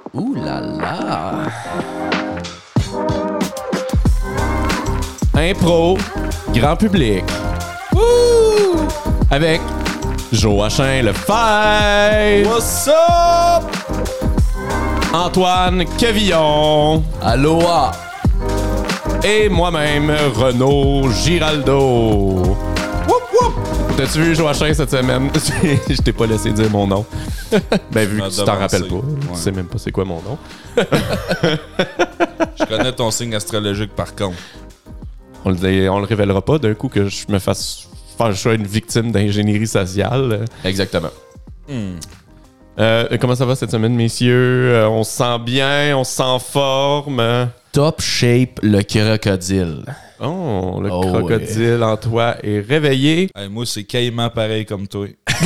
Ouh là là! Impro, grand public. Wouh! Avec Joachim Lefebvre. What's up? Antoine Quevillon. Aloha! Et moi-même, Renaud Giraldo. Woup, woup! T'as-tu vu Joachim cette semaine? Je t'ai pas laissé dire mon nom. Ben, vu que tu t'en rappelles pas. Tu sais même pas c'est quoi mon nom. Je connais ton signe astrologique par contre. On le révélera pas d'un coup que je me fasse faire je sois une victime d'ingénierie sociale. Exactement. Comment ça va cette semaine, messieurs? On se sent bien, on se sent en forme. Top shape, le crocodile. Oh, le crocodile en toi est réveillé. Hey, moi, c'est caïman pareil comme toi.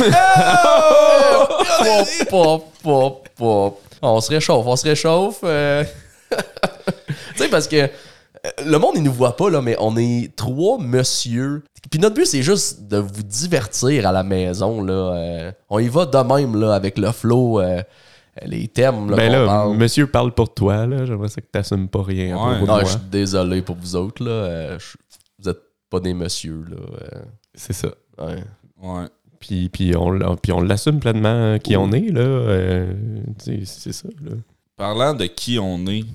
Pop, pop, pop, pop. On se réchauffe. Tu sais, parce que le monde, il nous voit pas, là, mais on est trois messieurs. Puis notre but, c'est juste de vous divertir à la maison, là. On y va de même, là, avec le flow, les thèmes, là, Ben qu'on là, parle. monsieur parle pour toi, là. J'aimerais ça que t'assumes pas rien. à propos de Non, moi. je suis désolé pour vous autres, là. Vous êtes pas des messieurs, là. C'est ça. Ouais. Ouais. Puis on l'assume pleinement qui on est, là. C'est ça, là. Parlant de qui on est.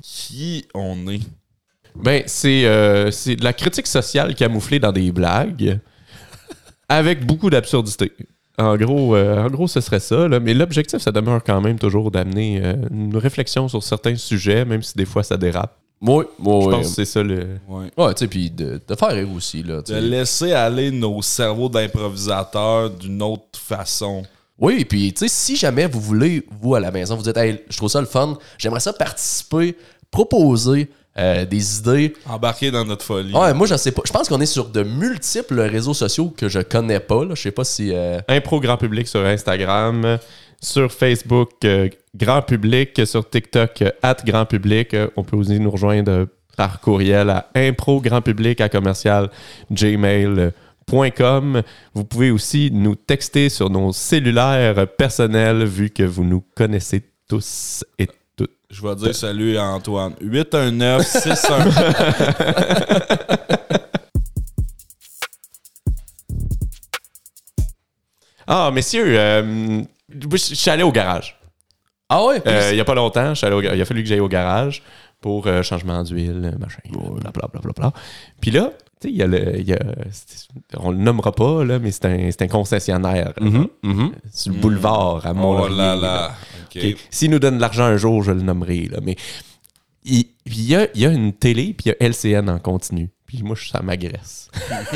Ben, c'est de la critique sociale camouflée dans des blagues avec beaucoup d'absurdité. En gros, ce serait ça. Là. Mais l'objectif, ça demeure quand même toujours d'amener une réflexion sur certains sujets, même si des fois ça dérape. Oui, Je pense que c'est ça le... Ouais. Ouais, tu sais, puis de faire rire aussi, là. De laisser aller nos cerveaux d'improvisateurs d'une autre façon. Oui, puis tu sais, si jamais vous voulez, vous à la maison, vous dites, hey, je trouve ça le fun, j'aimerais ça participer, proposer des idées. Embarquer dans notre folie. Ouais, moi, je sais pas. Je pense qu'on est sur de multiples réseaux sociaux que je connais pas, là. Je sais pas si. Impro Grand Public sur Instagram, sur Facebook Grand Public, sur TikTok @Grand Public. On peut aussi nous rejoindre par courriel à imprograndpublic@gmail.com. Vous pouvez aussi nous texter sur nos cellulaires personnels vu que vous nous connaissez tous et toutes. Je vais dire salut à Antoine. 819-61... Ah, messieurs, je suis allé au garage. Ah ouais? Il y a pas longtemps, il a fallu que j'aille au garage pour changement d'huile, machin, blablabla. Puis là, tu sais, on le nommera pas, là, mais c'est un concessionnaire sur le boulevard à Mont-Laurier. Oh là là. OK. Okay. S'il nous donne de l'argent un jour, je le nommerai. Là, mais il y a une télé, puis il y a LCN en continu. Puis moi, ça m'agresse.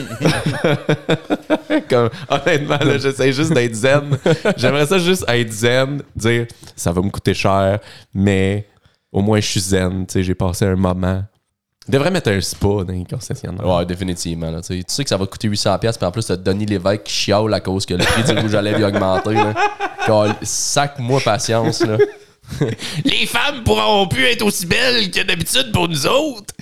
Comme, honnêtement, là, j'essaie juste d'être zen. J'aimerais ça juste être zen, dire ça va me coûter cher, mais au moins je suis zen. Tu sais, j'ai passé un moment. Il devrait mettre un spa dans les concessionnaires. Ouais, définitivement. Là, tu sais que ça va te coûter 800$, puis en plus, t'as Denis Lévesque qui chiale à cause que le prix du rouge à lèvres a augmenté. Là. Sac-moi patience. Là. Les femmes pourront plus être aussi belles que d'habitude pour nous autres.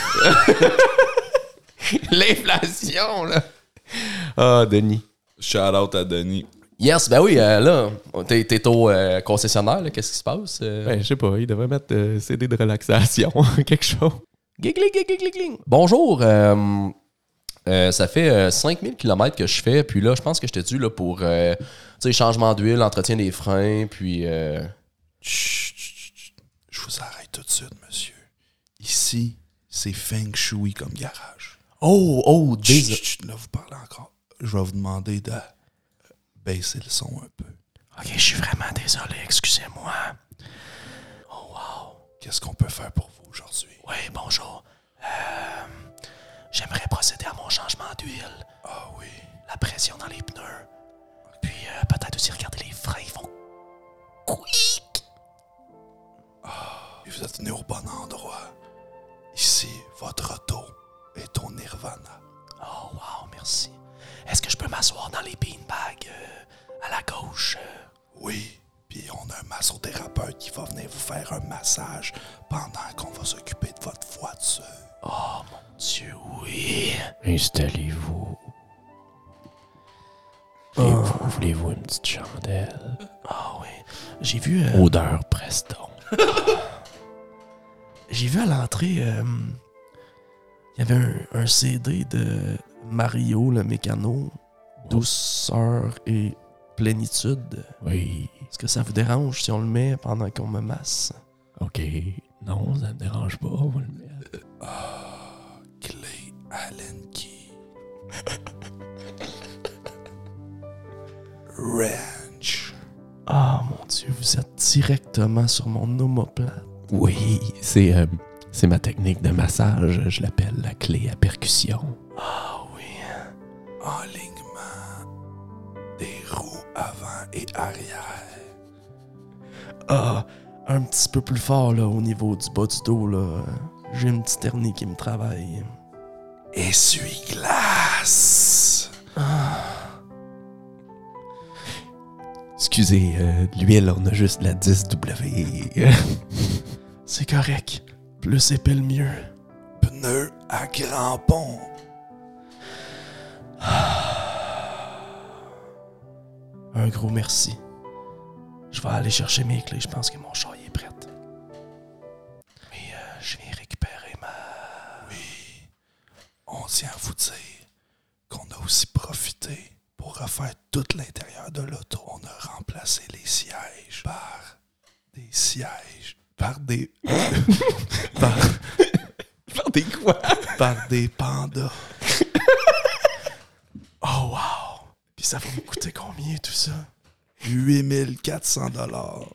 L'inflation, là. Ah, Denis. Shout out à Denis. Yes, ben oui, là, t'es au concessionnaire, là, qu'est-ce qui se passe? Ben, je sais pas, il devrait mettre CD de relaxation, quelque chose. Gling. Bonjour, ça fait 5000 km que je fais, puis là, je pense que j'étais dû là, pour tu sais, changement d'huile, entretien des freins, puis... Chut. Je vous arrête tout de suite, monsieur. Ici, c'est Feng Shui comme garage. désolé. Chut, là, vous parlez encore. Je vais vous demander de baisser le son un peu. Ok, je suis vraiment désolé, excusez-moi. Oh, wow. Qu'est-ce qu'on peut faire pour vous aujourd'hui? Oui, bonjour. J'aimerais procéder à mon changement d'huile. Ah oui. La pression dans les pneus. Puis peut-être aussi regarder les freins, ils font... Quick! Et vous êtes venu au bon endroit. Ici, votre auto est au nirvana. Oh, wow, merci. Est-ce que je peux m'asseoir dans les beanbags à la gauche? Oui, puis on a un massothérapeute qui va venir vous faire un massage pendant qu'on va s'occuper de votre voiture. Oh, mon Dieu, oui. Installez-vous. Voulez-vous une petite chandelle? Ah oui. J'ai vu... Odeur Preston. J'ai vu à l'entrée, il y avait un CD de Mario, le mécano, Douceur et Plénitude. Oui. Est-ce que ça vous dérange si on le met pendant qu'on me masse? OK. Non, ça me dérange pas. On va le mettre. Clay Allen Key. Ranch. Ah, mon Dieu, vous êtes directement sur mon omoplate. Oui, c'est ma technique de massage. Je l'appelle la clé à percussion. Ah oui. Enlignement des roues avant et arrière. Ah, un petit peu plus fort, là, au niveau du bas du dos, là. J'ai une petite hernie qui me travaille. Essuie-glace. Excusez, l'huile, on a juste la 10W. C'est correct. Plus épais, le mieux. Pneu à crampons. Un gros merci. Je vais aller chercher mes clés. Je pense que mon char est prêt. Mais je viens récupérer ma... Oui, on tient à vous dire qu'on a aussi profité pour refaire tout l'intérieur de l'auto. On a remplacé les sièges par des sièges, par des... par des quoi? par des pandas. Oh wow! Puis ça va me coûter combien tout ça? 8400 $.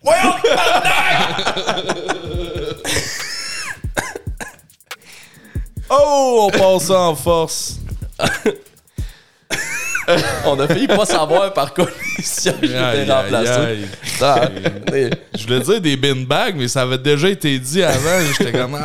Oh, on passe ça en force. On a failli pas savoir par quoi les sièges étaient remplacés. Ah, mais- Je voulais dire des bin bags, mais ça avait déjà été dit avant. J'étais comme...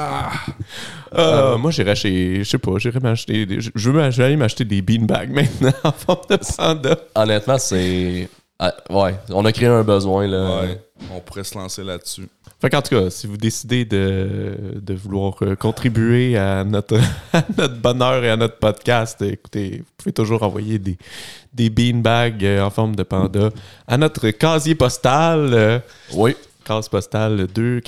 Moi, j'irais chez... Je sais pas, j'irais m'acheter... Je vais aller m'acheter des beanbags maintenant en forme de panda. Honnêtement, c'est... Ah, ouais, on a créé un besoin, là. Ouais, on pourrait se lancer là-dessus. Fait qu'en tout cas, si vous décidez de vouloir contribuer à notre bonheur et à notre podcast, écoutez, vous pouvez toujours envoyer des beanbags en forme de panda à notre casier postal. Oui. Case postale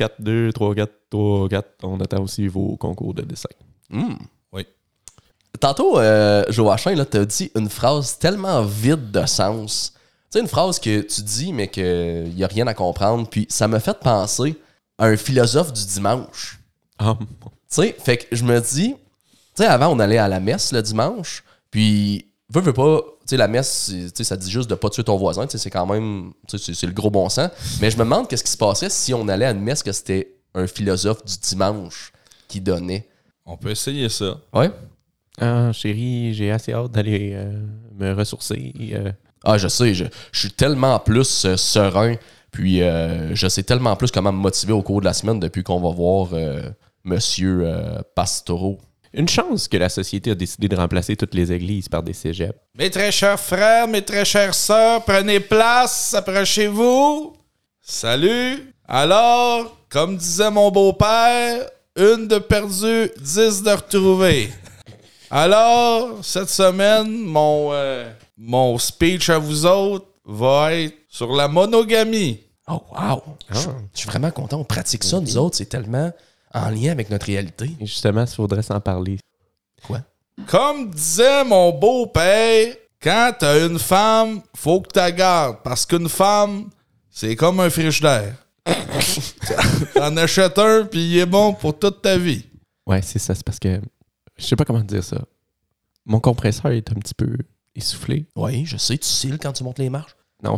2423434. On attend aussi vos concours de dessin. Oui. Tantôt, Joachim, là, t'as dit une phrase tellement vide de sens. Tu sais, une phrase que tu dis, mais qu'il n'y a rien à comprendre. Puis ça m'a fait penser à un philosophe du dimanche. Ah, Tu sais, fait que je me dis... Tu sais, avant, on allait à la messe le dimanche. Puis, veux pas... Tu sais, la messe, tu sais, ça dit juste de pas tuer ton voisin. Tu sais, c'est quand même... Tu sais, c'est le gros bon sens. Mais je me demande qu'est-ce qui se passerait si on allait à une messe que c'était un philosophe du dimanche qui donnait. On peut essayer ça. Ouais? Ah, chérie, j'ai assez hâte d'aller me ressourcer. Ah, je sais, je suis tellement plus serein, puis je sais tellement plus comment me motiver au cours de la semaine depuis qu'on va voir Monsieur Pastoro. Une chance que la société a décidé de remplacer toutes les églises par des cégeps. Mes très chers frères, mes très chères sœurs, prenez place, approchez-vous. Salut. Alors, comme disait mon beau-père, une de perdue, 10 de retrouvée. Alors, cette semaine, mon speech à vous autres va être sur la monogamie. Oh, wow! Je suis vraiment content. On pratique ça, nous autres. C'est tellement en lien avec notre réalité. Et justement, il faudrait s'en parler. Quoi? Comme disait mon beau-père, quand t'as une femme, faut que t'as gardes. Parce qu'une femme, c'est comme un frigidaire. T'en achètes un, puis il est bon pour toute ta vie. Ouais, c'est ça. C'est parce que... Je sais pas comment dire ça. Mon compresseur est un petit peu essoufflé. Oui, je sais, tu cils quand tu montes les marches. Non,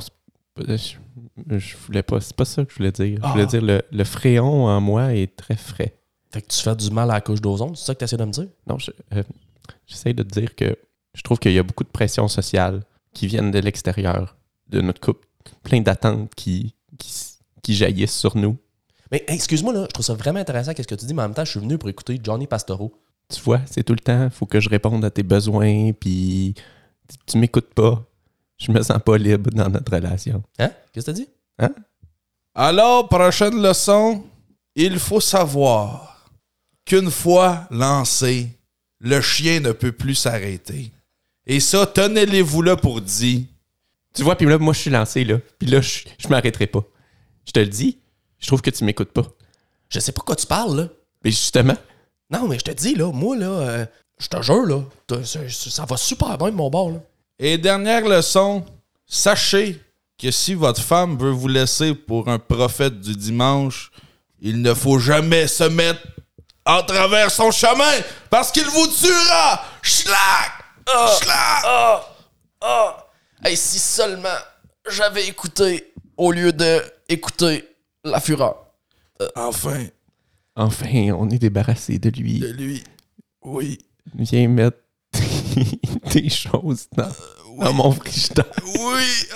je voulais pas... C'est pas ça que je voulais dire. Je voulais dire le fréon en moi est très frais. Fait que tu fais du mal à la couche d'ozone, c'est ça que tu essaies de me dire? Non, j'essaie de te dire que je trouve qu'il y a beaucoup de pression sociale qui viennent de l'extérieur de notre couple. Plein d'attentes qui jaillissent sur nous. Mais hey, excuse-moi, là, je trouve ça vraiment intéressant qu'est-ce que tu dis, mais en même temps, je suis venu pour écouter Johnny Pastoro. Tu vois, c'est tout le temps, faut que je réponde à tes besoins, puis tu m'écoutes pas. Je me sens pas libre dans notre relation. Hein? Qu'est-ce que t'as dit? Hein? Alors, prochaine leçon, il faut savoir qu'une fois lancé, le chien ne peut plus s'arrêter. Et ça, tenez-les-vous là pour dit. Tu vois, puis là, moi, je suis lancé, là. Puis là, je m'arrêterai pas. Je te le dis, je trouve que tu m'écoutes pas. Je sais pas de quoi tu parles, là. Mais justement, Non, mais je te dis, là, moi, là, je te jure, là, ça va super bien de mon bord, là. Et dernière leçon, sachez que si votre femme veut vous laisser pour un prophète du dimanche, il ne faut jamais se mettre en travers son chemin parce qu'il vous tuera! Schlack! Schlack! Hey, si seulement j'avais écouté au lieu de écouter La Fureur. Enfin, enfin, on est débarrassé de lui. de lui. Oui. Viens mettre des choses dans mon frigidaire. Oui!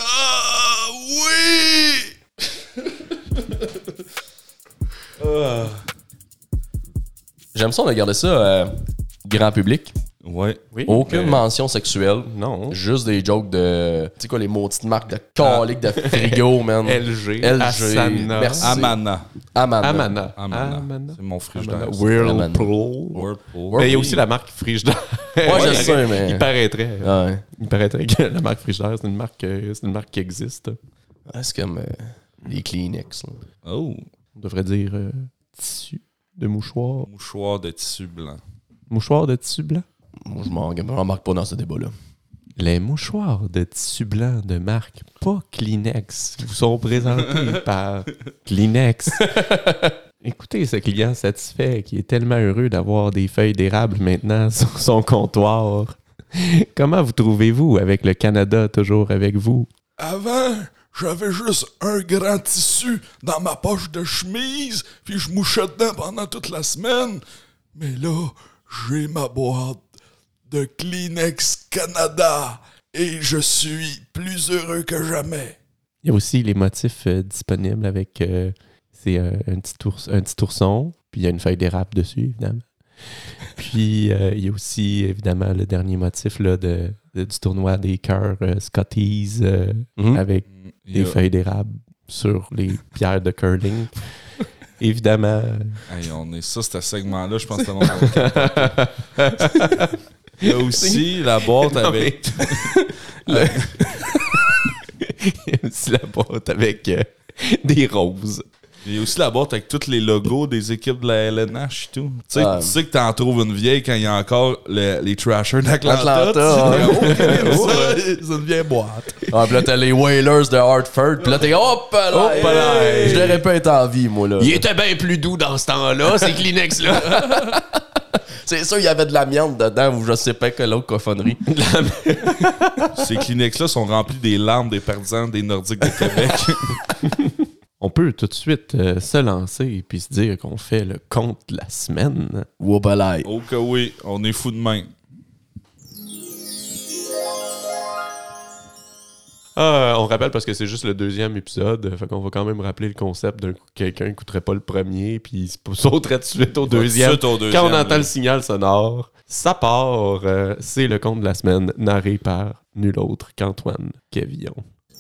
Oui! J'aime ça, on a gardé ça grand public. Ouais. Oui, Aucune mais- mention sexuelle. Non. Juste des jokes de... Tu sais quoi, les maudites marques de calique de frigo, man. LG, LG, Asana, merci. Amana. Amanda. Amana. C'est mon frigidaire. Whirlpool. Whirlpool. Mais il y a aussi la marque frigidaire. Ouais, je sais, mais... Il paraîtrait. Ouais. Il paraîtrait que la marque frigidaire, c'est une marque qui existe. Ouais, c'est comme les Kleenex. Là. Oh. On devrait dire tissu de mouchoir. Mouchoir de tissu blanc. Mouchoir de tissu blanc. Moi, je m'embarque pas dans ce débat-là. Les mouchoirs de tissu blanc de marque, pas Kleenex, vous sont présentés par Kleenex. Écoutez ce client satisfait qui est tellement heureux d'avoir des feuilles d'érable maintenant sur son comptoir. Comment vous trouvez-vous avec le Canada toujours avec vous? Avant, j'avais juste un grand tissu dans ma poche de chemise, puis je mouchais dedans pendant toute la semaine. Mais là, j'ai ma boîte de Kleenex Canada et je suis plus heureux que jamais. Il y a aussi les motifs disponibles avec c'est un petit ourson, puis il y a une feuille d'érable dessus, évidemment. Puis il y a aussi, évidemment, le dernier motif là, du tournoi des cœurs Scotties avec des feuilles d'érable sur les pierres de curling. Évidemment. Hey, on est ça, ce segment-là, je pense que c'est Il y a aussi la boîte avec... Il y a aussi la boîte avec des roses. Il y a aussi la boîte avec tous les logos des équipes de la LNH et tout. Tu sais que t'en trouves une vieille quand il y a encore les Trashers d'Atlanta. C'est une vieille boîte. Ah, pis là, t'as les Whalers de Hartford. Pis là, t'es hop là! Je l'aurais pas été en vie, moi, là. Il était bien plus doux dans ce temps-là, ces Kleenex-là. C'est sûr, il y avait de l'amiante dedans ou je sais pas quelle autre cochonnerie. Ces Kleenex-là sont remplis des larmes des partisans des Nordiques de Québec. On peut tout de suite se lancer et puis se dire qu'on fait le compte de la semaine. Wobbalai. Oh que oui, on est fous de main. On rappelle parce que c'est juste le 2e épisode, fait qu'on va quand même rappeler le concept d'un coup que quelqu'un n'écouterait pas le premier puis il sauterait tout de suite au deuxième. Quand on entend le signal sonore, ça part. C'est le conte de la semaine narré par nul autre qu'Antoine Cavillon.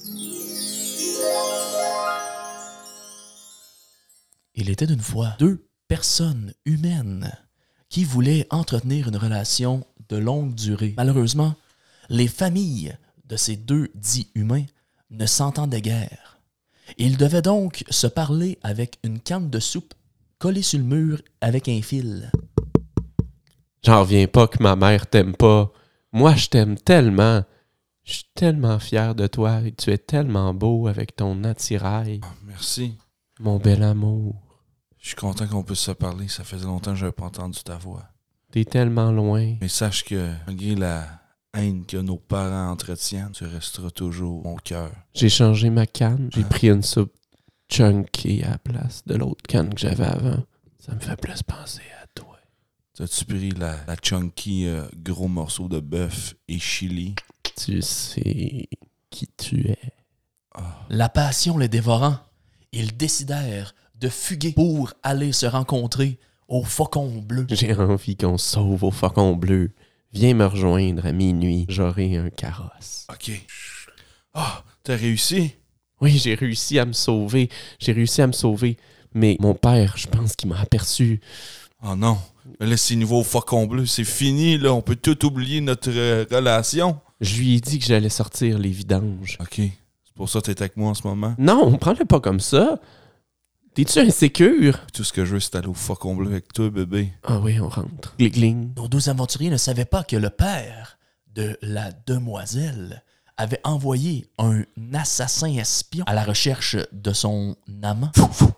Il était d'une fois 2 personnes humaines qui voulaient entretenir une relation de longue durée. Malheureusement, les familles de ces 2 dits humains ne s'entendaient guère. Ils devaient donc se parler avec une canne de soupe collée sur le mur avec un fil. J'en reviens pas que ma mère t'aime pas. Moi, je t'aime tellement. Je suis tellement fier de toi et tu es tellement beau avec ton attirail. Merci. Mon bel amour. Je suis content qu'on puisse se parler. Ça faisait longtemps que je n'avais pas entendu ta voix. T'es tellement loin. Mais sache que, malgré la haine que nos parents entretiennent, tu resteras toujours mon cœur. J'ai changé ma canne. J'ai pris une soupe chunky à la place de l'autre canne que j'avais avant. Ça me fait plus penser à toi. As-tu pris la chunky gros morceau de bœuf et chili? Tu sais qui tu es. La passion les dévorant, ils décidèrent de fuguer pour aller se rencontrer au Faucon Bleu. J'ai envie qu'on se sauve au Faucon Bleu. Viens me rejoindre à minuit. J'aurai un carrosse. OK. Ah, t'as réussi? Oui, j'ai réussi à me sauver. Mais mon père, je pense qu'il m'a aperçu. Oh non. Mais là, c'est niveau Faucon Bleu. C'est fini, là. On peut tout oublier notre relation. Je lui ai dit que j'allais sortir les vidanges. OK. C'est pour ça que t'es avec moi en ce moment? Non, prends-le pas comme ça. T'es-tu insécure? Tout ce que je veux, c'est aller au faucon bleu avec toi, bébé. Ah oui, on rentre. Gling. Nos deux aventuriers ne savaient pas que le père de la demoiselle avait envoyé un assassin espion à la recherche de son amant.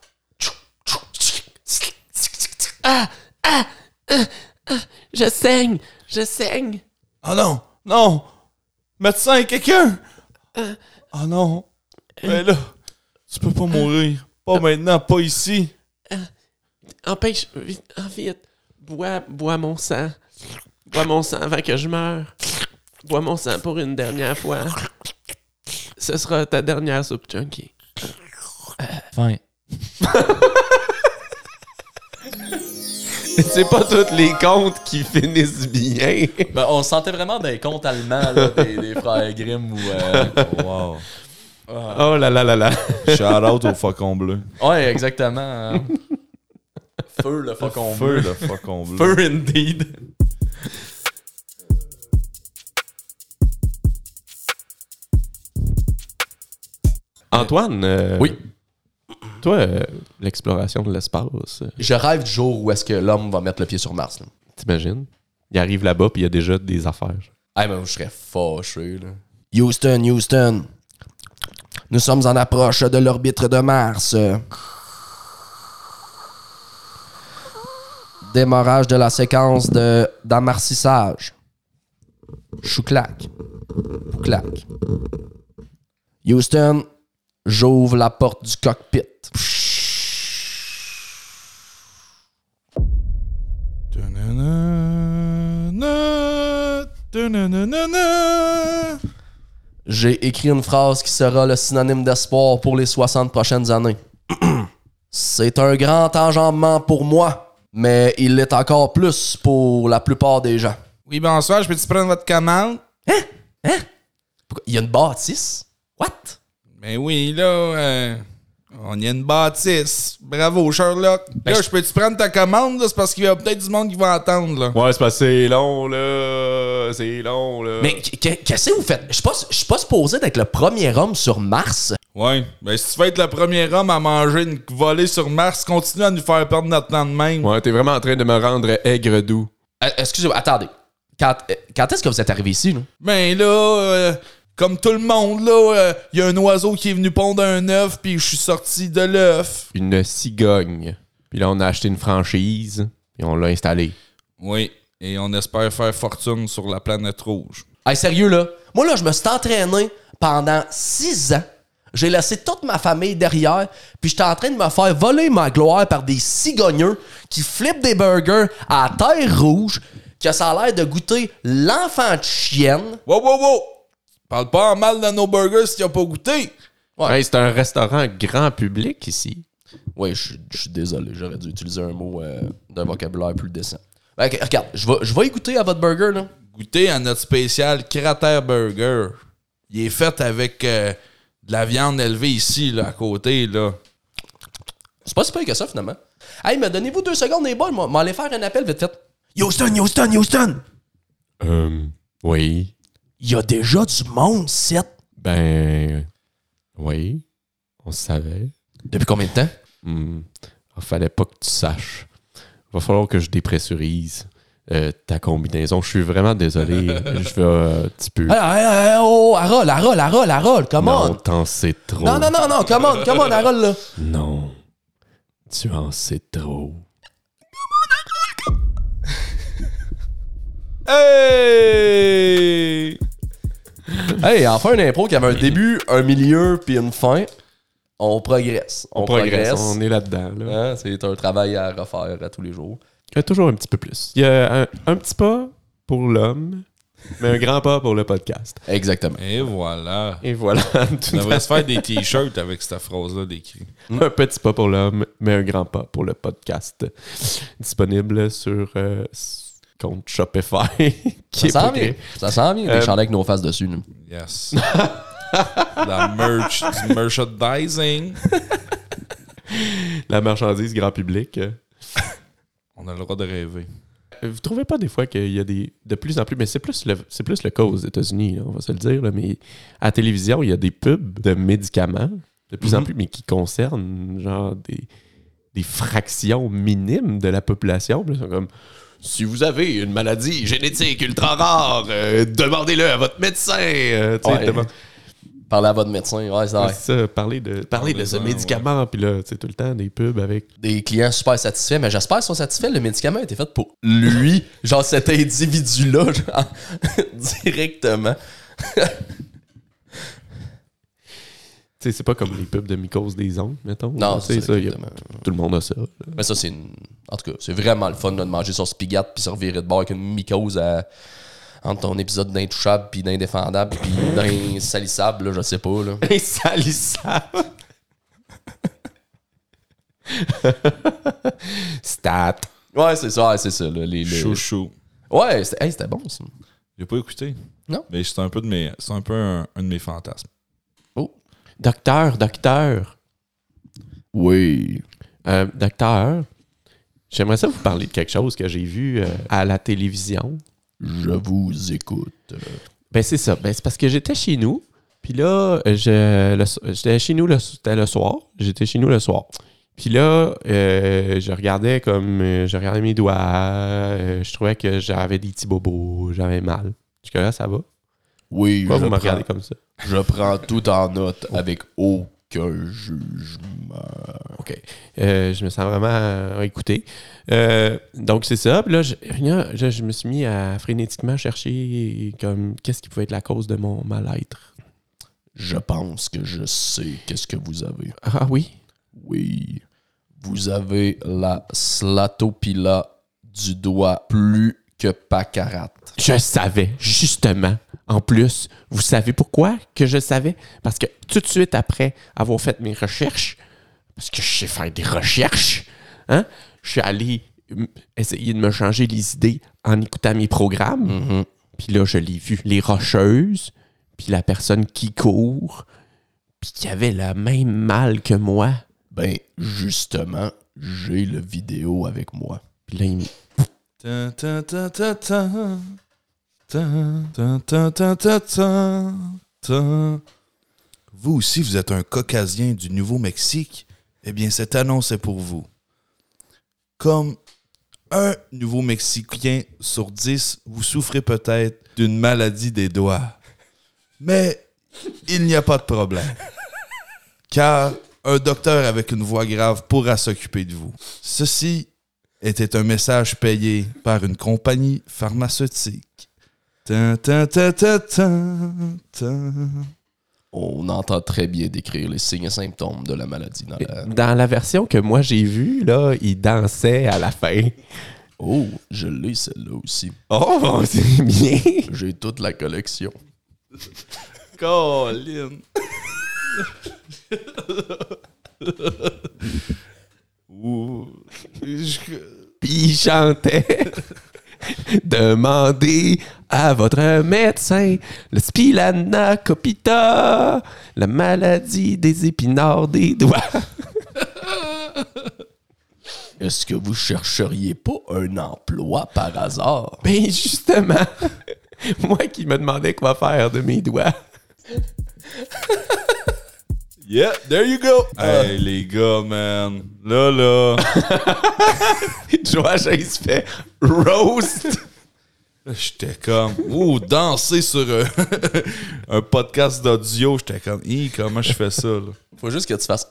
Je saigne. Oh non! Non! Médecin, quelqu'un! Oh non! Mais là, tu peux pas mourir. Pas maintenant, pas ici. Empêche, vite. Bois mon sang. Bois mon sang avant que je meure. Bois mon sang pour une dernière fois. Ce sera ta dernière soupe chunky. Fin. C'est pas tous les contes qui finissent bien. Ben, on sentait vraiment des contes allemands, là, des frères Grimm ou. Wow. Oh là là là là. Shout out au faucon bleu. Ouais, exactement. Hein. Feu le faucon Feu, bleu. le faucon bleu. Feu indeed. Antoine, Oui. Toi, l'exploration de l'espace, Je rêve du jour où est-ce que l'homme va mettre le pied sur Mars. Là. t'imagines? Il arrive là-bas puis il y a déjà des affaires. Ah, ben, je serais fâché. Là. Houston. Nous sommes en approche de l'orbite de Mars. Démarrage de la séquence d'amortissage. Chou-clac. Pou-clac. Houston, j'ouvre la porte du cockpit. J'ai écrit une phrase qui sera le synonyme d'espoir pour les 60 prochaines années. C'est un grand enjambement pour moi, mais il l'est encore plus pour la plupart des gens. Oui, bonsoir, je peux-tu prendre votre commande? Pourquoi? Il y a une bâtisse? What? Ben oui, là, on y a une bâtisse. Bravo, Sherlock. Là, je peux-tu prendre ta commande, là? C'est parce qu'il y a peut-être du monde qui va attendre, là. Ouais, c'est parce que c'est long, là. C'est long, là. Mais qu'est-ce que vous faites? Je suis pas supposé d'être le premier homme sur Mars. Ouais, ben si tu veux être le premier homme à manger une volée sur Mars, continue à nous faire perdre notre temps de même. Ouais, t'es vraiment en train de me rendre aigre doux. Excusez-moi, attendez. Quand est-ce que vous êtes arrivé ici, là? Ben là, comme tout le monde, là, y a un oiseau qui est venu pondre un œuf, puis je suis sorti de l'œuf. Une cigogne. Puis là, on a acheté une franchise et on l'a installée. Oui, et on espère faire fortune sur la planète rouge. Hey, sérieux, là? Moi, là, je me suis entraîné pendant 6 ans. J'ai laissé toute ma famille derrière, puis j'étais en train de me faire voler ma gloire par des cigogneux qui flippent des burgers à terre rouge, que ça a l'air de goûter l'enfant de chienne. Wow! Parle pas en mal de nos burgers si tu n'as pas goûté. Ouais. Hey, c'est un restaurant grand public ici. Oui, je suis désolé, j'aurais dû utiliser un mot d'un vocabulaire plus décent. Ben, ok, regarde, je vais y goûter à votre burger, là. Goûter à notre spécial Cratère Burger. Il est fait avec de la viande élevée ici, là, à côté, là. C'est pas si pire que ça, finalement. Hey, mais donnez-vous 2 secondes, les boys, moi aller faire un appel vite fait. Houston! Oui. Il y a déjà du monde, c'est. Ben. Oui. On savait. Depuis combien de temps? Il fallait pas que tu saches. Va falloir que je dépressurise ta combinaison. Je suis vraiment désolé. Je vais un petit peu. Oh, Harold, come on! Non, t'en sais trop. Non, come on, Harold, là. Non. Tu en sais trop. Hey! Hey, enfin une impro qui avait un début, un milieu, puis une fin. On progresse. On progresse. On est là-dedans. Là. Hein, c'est un travail à refaire à tous les jours. Il y a toujours un petit peu plus. Il y a un petit pas pour l'homme, mais un grand pas pour le podcast. Exactement. Et voilà. Et voilà. On devrait se faire des t-shirts avec cette phrase-là d'écrit. Un petit pas pour l'homme, mais un grand pas pour le podcast. Disponible sur compte Shopify. Qui Ça est sent bien. Ça sent bien, des chandails avec nos faces dessus. Nous. Yes. La merch, du merchandising. La marchandise grand public. On a le droit de rêver. Vous trouvez pas des fois qu'il y a de plus en plus, mais c'est plus le cas aux États-Unis, là, on va se le dire, là, mais à la télévision, il y a des pubs de médicaments de plus en plus, mais qui concernent genre des fractions minimes de la population. Puis là, ils sont comme, si vous avez une maladie génétique ultra rare, demandez-le à votre médecin. Parlez à votre médecin, ouais, c'est vrai. C'est ça, parler de ce médicament, puis là, tu sais, tout le temps, des pubs avec... Des clients super satisfaits, mais j'espère qu'ils sont satisfaits. Le médicament a été fait pour lui, genre cet individu-là, genre, directement. Tu sais, c'est pas comme les pubs de mycose des ongles, mettons. Non, c'est ça, tout le monde a ça. Là. Mais ça, en tout cas, c'est vraiment le fun là, de manger son spigat puis se revirer de bord avec une mycose entre ton épisode d'Intouchable puis d'Indéfendable puis d'Insalissable, là, je sais pas. Là. Insalissable! Stat! Ouais, c'est ça, là, Chouchou. Ouais, c'était bon, ça. J'ai pas écouté. Non? Mais c'est un peu un de mes fantasmes. Docteur. Oui. Docteur, j'aimerais ça vous parler de quelque chose que j'ai vu à la télévision. Je vous écoute. Ben, c'est ça. Ben, c'est parce que j'étais chez nous. Puis là, j'étais chez nous, c'était le soir. J'étais chez nous le soir. Puis là, je regardais mes doigts. Je trouvais que j'avais des petits bobos. J'avais mal. Jusque-là, ça va? Oui, Pourquoi vous me regardez comme ça? Je prends tout en note avec aucun jugement. OK. Je me sens vraiment écouté. Donc, c'est ça. Puis là, je me suis mis à frénétiquement chercher comme qu'est-ce qui pouvait être la cause de mon mal-être. Je pense que je sais qu'est-ce que vous avez. Ah oui? Oui. Vous avez la slatopila du doigt plus que pacarate. Je savais, justement. En plus, vous savez pourquoi que je savais? Parce que tout de suite après avoir fait mes recherches, parce que je sais faire des recherches, hein, je suis allé essayer de me changer les idées en écoutant mes programmes. Mm-hmm. Puis là, je l'ai vu. Les rocheuses, puis la personne qui court, puis qui avait le même mal que moi. Ben, justement, j'ai le vidéo avec moi. Puis là, il me... Ta, ta, ta, ta, ta. Ta, ta, ta, ta, ta, ta, ta. Vous aussi, vous êtes un Caucasien du Nouveau-Mexique? Eh bien, cette annonce est pour vous. Comme un Nouveau-Mexicain sur 10, vous souffrez peut-être d'une maladie des doigts. Mais il n'y a pas de problème. Car un docteur avec une voix grave pourra s'occuper de vous. Ceci était un message payé par une compagnie pharmaceutique. Ta, ta, ta, ta, ta, ta. On entend très bien décrire les signes et symptômes de la maladie Dans la version que moi j'ai vue, là, il dansait à la fin. Oh, je l'ai celle-là aussi. Oh, c'est bien! J'ai toute la collection. Colin. Puis il chantait Demandez à votre médecin le spilanacopita, la maladie des épinards des doigts. Est-ce que vous chercheriez pas un emploi par hasard? Ben justement, moi qui me demandais quoi faire de mes doigts. Yeah, there you go. Hey, les gars, man. Là. Josh, il se fait roast. J'étais comme, danser sur un podcast d'audio. J'étais comme, comment je fais ça, là? Faut juste que tu fasses...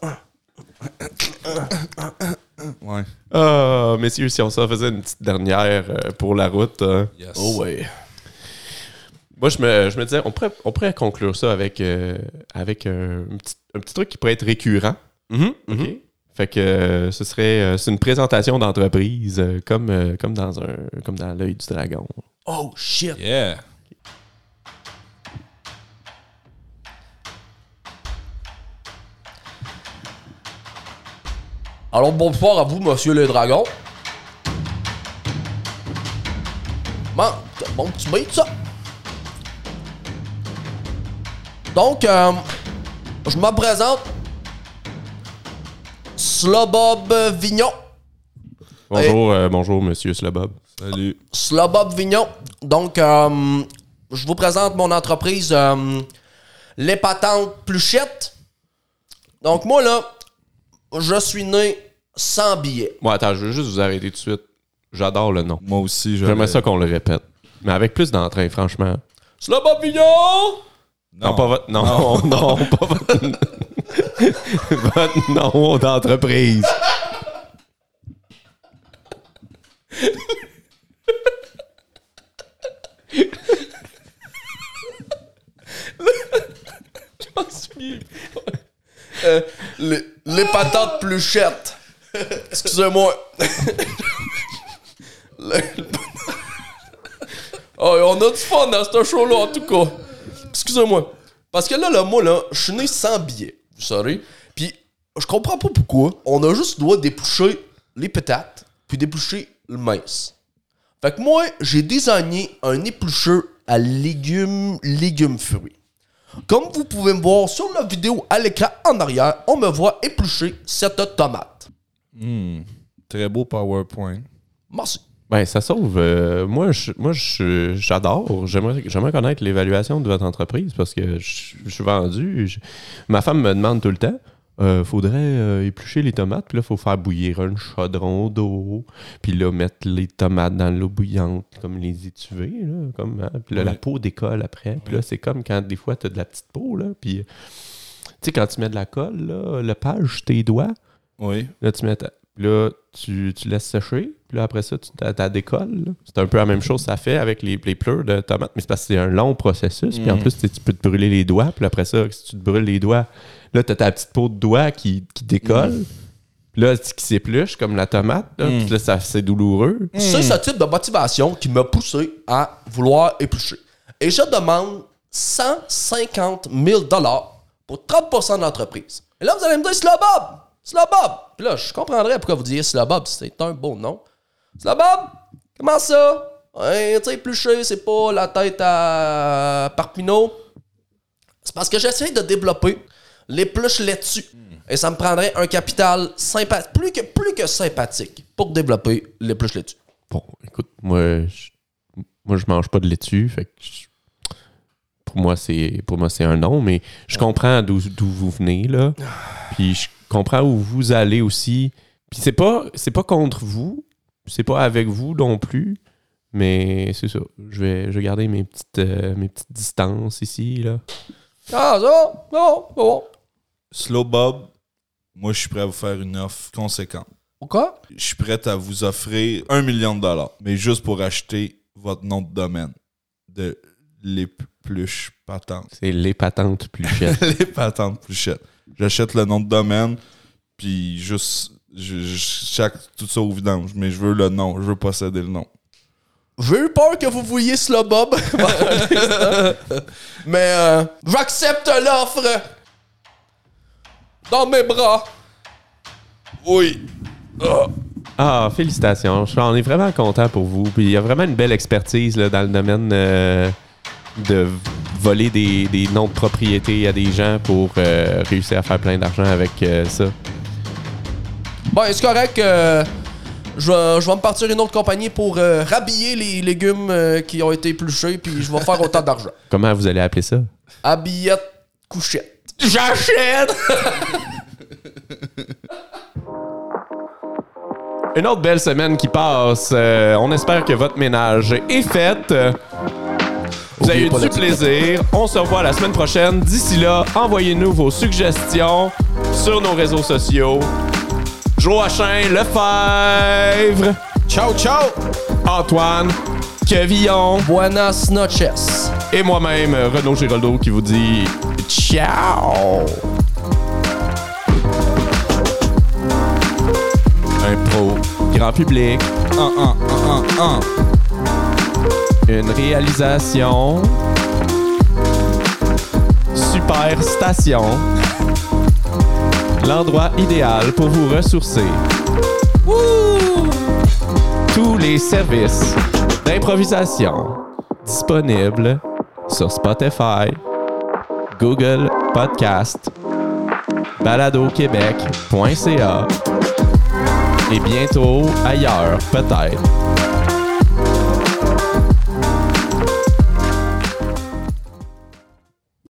Ouais. Ah, messieurs, si on s'en faisait une petite dernière pour la route. Yes. Oh ouais. Moi, je me disais, on pourrait conclure ça avec un petit truc qui pourrait être récurrent. Mm-hmm, OK? Fait que ce serait c'est une présentation d'entreprise comme dans l'œil du dragon. Oh shit! Yeah. Alors bonsoir à vous, monsieur le dragon. Bon petit beat, ça. Donc, je me présente. Slobob Vignon. Bonjour, monsieur Slobob. Salut. Slobob Vignon. Donc, je vous présente mon entreprise, l'épatante Pluchette. Donc, moi, là, je suis né sans billet. Bon, attends, je veux juste vous arrêter tout de suite. J'adore le nom. Moi aussi, J'aimerais ça qu'on le répète. Mais avec plus d'entrain, franchement. Slobob Vignon! Non, pas votre... Non, non, pas votre... votre nom d'entreprise. J'en suis... les patates pluchettes. Excusez-moi. Oh, on a du fun dans ce show-là, en tout cas. Excusez-moi. Parce que là, moi, là, je suis né sans billet. Vous savez. Puis, je comprends pas pourquoi. On a juste le droit d'éplucher les patates, puis d'éplucher le maïs. Fait que moi, j'ai désigné un éplucheur à légumes fruits. Comme vous pouvez me voir sur la vidéo à l'écran en arrière, on me voit éplucher cette tomate. Très beau PowerPoint. Merci. Ben, ça sauve. Moi, j'adore. J'aimerais connaître l'évaluation de votre entreprise parce que je suis vendu. Ma femme me demande tout le temps. Faudrait éplucher les tomates, puis là, il faut faire bouillir un chaudron d'eau, puis là, mettre les tomates dans l'eau bouillante, comme les étuvées, là, comme, hein? Puis là, la peau décolle après, puis là, c'est comme quand des fois, tu as de la petite peau, là, puis, tu sais, quand tu mets de la colle, là, le page, tes doigts, Oui. là, tu laisses sécher, puis là, après ça, tu décolles, là. C'est un peu la même chose que ça fait avec les pleurs de tomates, mais c'est parce que c'est un long processus, puis en plus, tu peux te brûler les doigts, puis après ça, si tu te brûles les doigts, là, t'as ta petite peau de doigt qui décolle. Puis là, qui s'épluche comme la tomate. Là, puis là, c'est douloureux. C'est ce type de motivation qui m'a poussé à vouloir éplucher. Et je demande 150 000 $ pour 30% de l'entreprise. Et là, vous allez me dire, Slobob! Slobob! Puis là, je comprendrais pourquoi vous diriez Slobob, c'est un beau nom. Slobob, comment ça? Ouais, tu sais, éplucher, c'est pas la tête à Parpino. C'est parce que j'essaie de développer l'épluche laitue. Et ça me prendrait un capital plus que sympathique pour développer l'épluche laitue. Bon, écoute, moi, je mange pas de laitue, fait que pour moi, c'est un non, mais je comprends d'où vous venez, là. Puis je comprends où vous allez aussi. Puis c'est pas contre vous, c'est pas avec vous non plus, mais c'est ça. Je vais garder mes petites distances ici, là. Ah, ça? Non. Slow Bob, moi, je suis prêt à vous faire une offre conséquente. Pourquoi? Je suis prêt à vous offrir 1 million de $, mais juste pour acheter votre nom de domaine de l'épluche patente. C'est les patentes pluchettes. Les patentes pluchettes. J'achète le nom de domaine, puis juste, je chaque tout ça au vidange, mais je veux le nom, je veux posséder le nom. J'ai eu peur que vous vouliez Slobob. Mais j'accepte l'offre dans mes bras. Oui. Ah, félicitations. On est vraiment content pour vous. Puis il y a vraiment une belle expertise là, dans le domaine de voler des noms de propriété à des gens pour réussir à faire plein d'argent avec ça. Bon, c'est correct. Je vais me partir une autre compagnie pour rhabiller les légumes qui ont été épluchés, puis je vais faire autant d'argent. Comment vous allez appeler ça? Habillette couchette. J'achète! Une autre belle semaine qui passe. On espère que votre ménage est fait. Vous avez eu du plaisir. On se revoit la semaine prochaine. D'ici là, envoyez-nous vos suggestions sur nos réseaux sociaux. Joachim Lefebvre. Ciao, ciao! Antoine Quevillon. Buenas noches. Et moi-même, Renaud Giroldo, qui vous dit ciao! Un pro grand public. Une réalisation. Super station. L'endroit idéal pour vous ressourcer. Wouh! Tous les services d'improvisation disponibles sur Spotify, Google Podcast, baladoquebec.ca et bientôt ailleurs, peut-être.